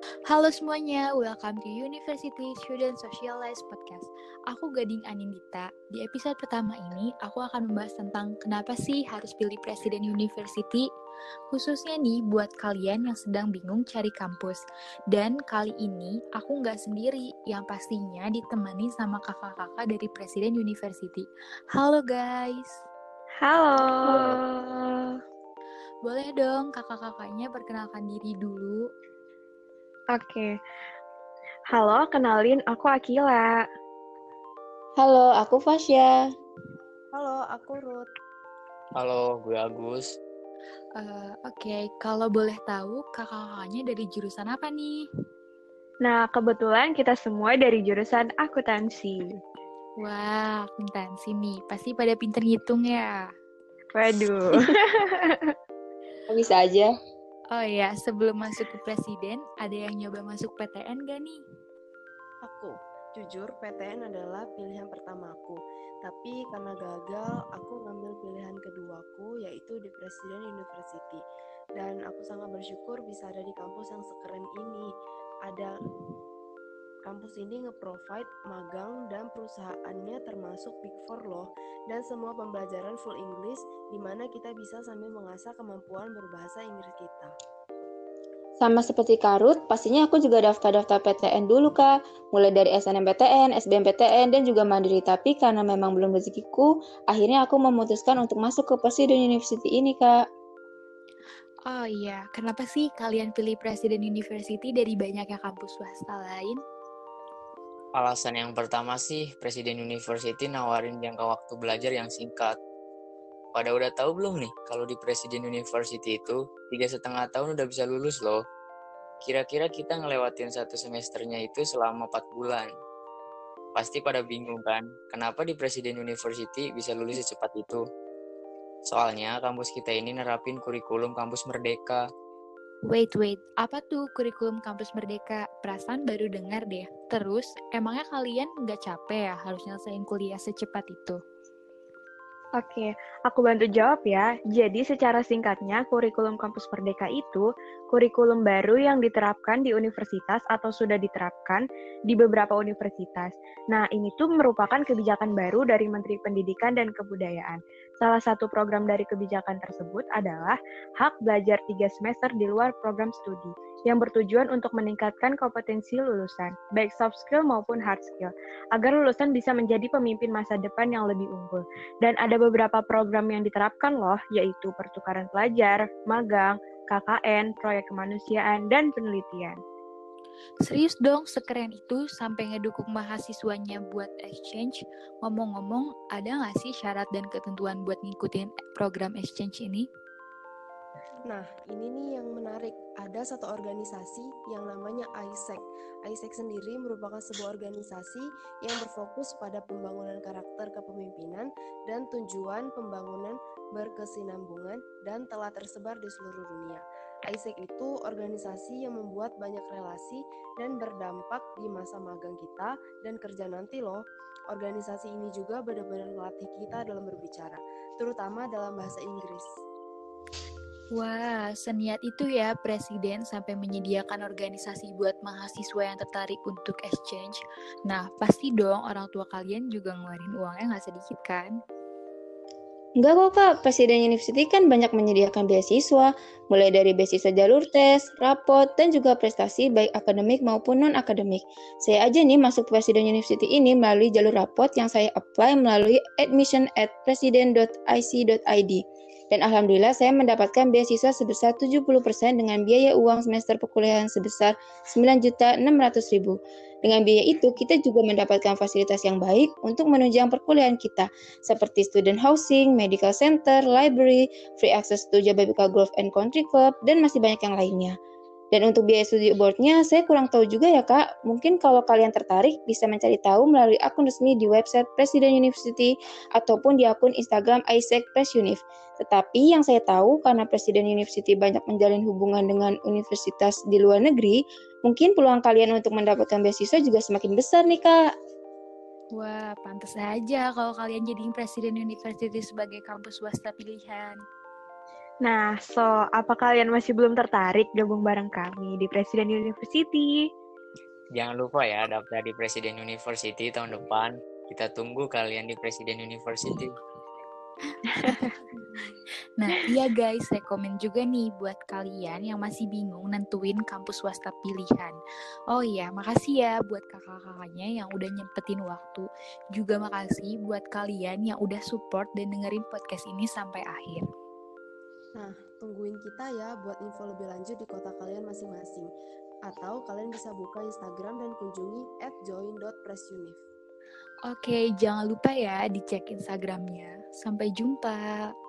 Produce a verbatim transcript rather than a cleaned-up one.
Halo semuanya, welcome to University Student Socialize Podcast. Aku Gading Anindita. Di episode pertama ini, aku akan membahas tentang kenapa sih harus pilih presiden university, khususnya nih buat kalian yang sedang bingung cari kampus. Dan kali ini, aku nggak sendiri, yang pastinya ditemani sama kakak-kakak dari presiden university. Halo guys. Halo. Boleh dong kakak-kakaknya perkenalkan diri dulu. Oke. Halo, kenalin aku Akila. Halo, aku Fasya. Halo, aku Ruth. Halo, gue Agus. Uh, Oke, okay. Kalau boleh tahu kakak-kakaknya dari jurusan apa nih? Nah, kebetulan kita semua dari jurusan akuntansi. Wah, akuntansi nih. Pasti pada pinter ngitung ya? Waduh. Bisa aja. Oh iya, sebelum masuk ke presiden, ada yang nyoba masuk P T N gak nih? Aku, jujur P T N adalah pilihan pertamaku. Tapi karena gagal, aku ngambil pilihan keduaku, yaitu di Presiden University. Dan aku sangat bersyukur bisa ada di kampus yang sekeren ini. Ada kampus ini nge-provide magang dan perusahaannya termasuk Big Four loh. Dan semua pembelajaran full English, di mana kita bisa sambil mengasah kemampuan berbahasa Inggris kita. Sama seperti Kak Ruth, pastinya aku juga daftar-daftar P T N dulu Kak. Mulai dari S N M P T N, S B M P T N, dan juga mandiri. Tapi karena memang belum rezekiku, akhirnya aku memutuskan untuk masuk ke Presiden University ini Kak. Oh iya, kenapa sih kalian pilih Presiden University dari banyaknya kampus swasta lain? Alasan yang pertama sih, Presiden University nawarin jangka waktu belajar yang singkat. Pada udah tahu belum nih, kalau di Presiden University itu, tiga setengah tahun udah bisa lulus loh. Kira-kira kita ngelewatin satu semesternya itu selama empat bulan. Pasti pada bingung kan, kenapa di Presiden University bisa lulus secepat itu? Soalnya kampus kita ini nerapin kurikulum kampus merdeka. Wait, wait, apa tuh kurikulum kampus merdeka? Perasaan baru dengar deh. Terus, emangnya kalian nggak capek ya harus nyelesain kuliah secepat itu? Oke, aku bantu jawab ya. Jadi secara singkatnya, kurikulum kampus merdeka itu kurikulum baru yang diterapkan di universitas atau sudah diterapkan di beberapa universitas. Nah, ini tuh merupakan kebijakan baru dari Menteri Pendidikan dan Kebudayaan. Salah satu program dari kebijakan tersebut adalah hak belajar tiga semester di luar program studi, yang bertujuan untuk meningkatkan kompetensi lulusan, baik soft skill maupun hard skill, agar lulusan bisa menjadi pemimpin masa depan yang lebih unggul. Dan ada beberapa program yang diterapkan loh, yaitu pertukaran pelajar, magang, K K N, proyek kemanusiaan, dan penelitian. Serius dong, sekeren itu sampai ngedukung mahasiswanya buat exchange. Ngomong-ngomong, ada nggak sih syarat dan ketentuan buat ngikutin program exchange ini? Nah, ini nih yang menarik. Ada satu organisasi yang namanya I S E C. I S E C sendiri merupakan sebuah organisasi yang berfokus pada pembangunan karakter kepemimpinan dan tujuan pembangunan berkesinambungan dan telah tersebar di seluruh dunia. I S E C itu organisasi yang membuat banyak relasi dan berdampak di masa magang kita dan kerja nanti loh. Organisasi ini juga benar-benar melatih kita dalam berbicara, terutama dalam bahasa Inggris. Wah, seniat itu ya Presiden sampai menyediakan organisasi buat mahasiswa yang tertarik untuk exchange. Nah, pasti dong orang tua kalian juga ngeluarin uangnya nggak sedikit kan? Enggak kok Kak, Presiden University kan banyak menyediakan beasiswa, mulai dari beasiswa jalur tes, rapot, dan juga prestasi baik akademik maupun non-akademik. Saya aja nih masuk Presiden University ini melalui jalur rapot yang saya apply melalui admission at presiden dot i c dot i d. Dan alhamdulillah saya mendapatkan beasiswa sebesar tujuh puluh persen dengan biaya uang semester perkuliahan sebesar sembilan juta enam ratus ribu. Dengan biaya itu, kita juga mendapatkan fasilitas yang baik untuk menunjang perkuliahan kita, seperti student housing, medical center, library, free access to Jababeka Golf and Country Club, dan masih banyak yang lainnya. Dan untuk biaya studi abroad-nya, saya kurang tahu juga ya Kak. Mungkin kalau kalian tertarik, bisa mencari tahu melalui akun resmi di website Presiden University ataupun di akun Instagram I S E C PresUniv. Tetapi yang saya tahu, karena Presiden University banyak menjalin hubungan dengan universitas di luar negeri, mungkin peluang kalian untuk mendapatkan beasiswa juga semakin besar nih Kak. Wah, pantas aja kalau kalian jadiin Presiden University sebagai kampus swasta pilihan. Nah, so, apa kalian masih belum tertarik gabung bareng kami di Presiden University? Jangan lupa ya daftar di Presiden University tahun depan. Kita tunggu kalian di Presiden University. Nah, iya guys, rekomen juga nih buat kalian yang masih bingung nentuin kampus swasta pilihan. Oh iya, makasih ya buat kakak-kakaknya yang udah nyempetin waktu. Juga makasih buat kalian yang udah support dan dengerin podcast ini sampai akhir. Nah, tungguin kita ya buat info lebih lanjut di kota kalian masing-masing. Atau kalian bisa buka Instagram dan kunjungi at join dot presuniv. Oke, jangan lupa ya dicek Instagramnya. Sampai jumpa.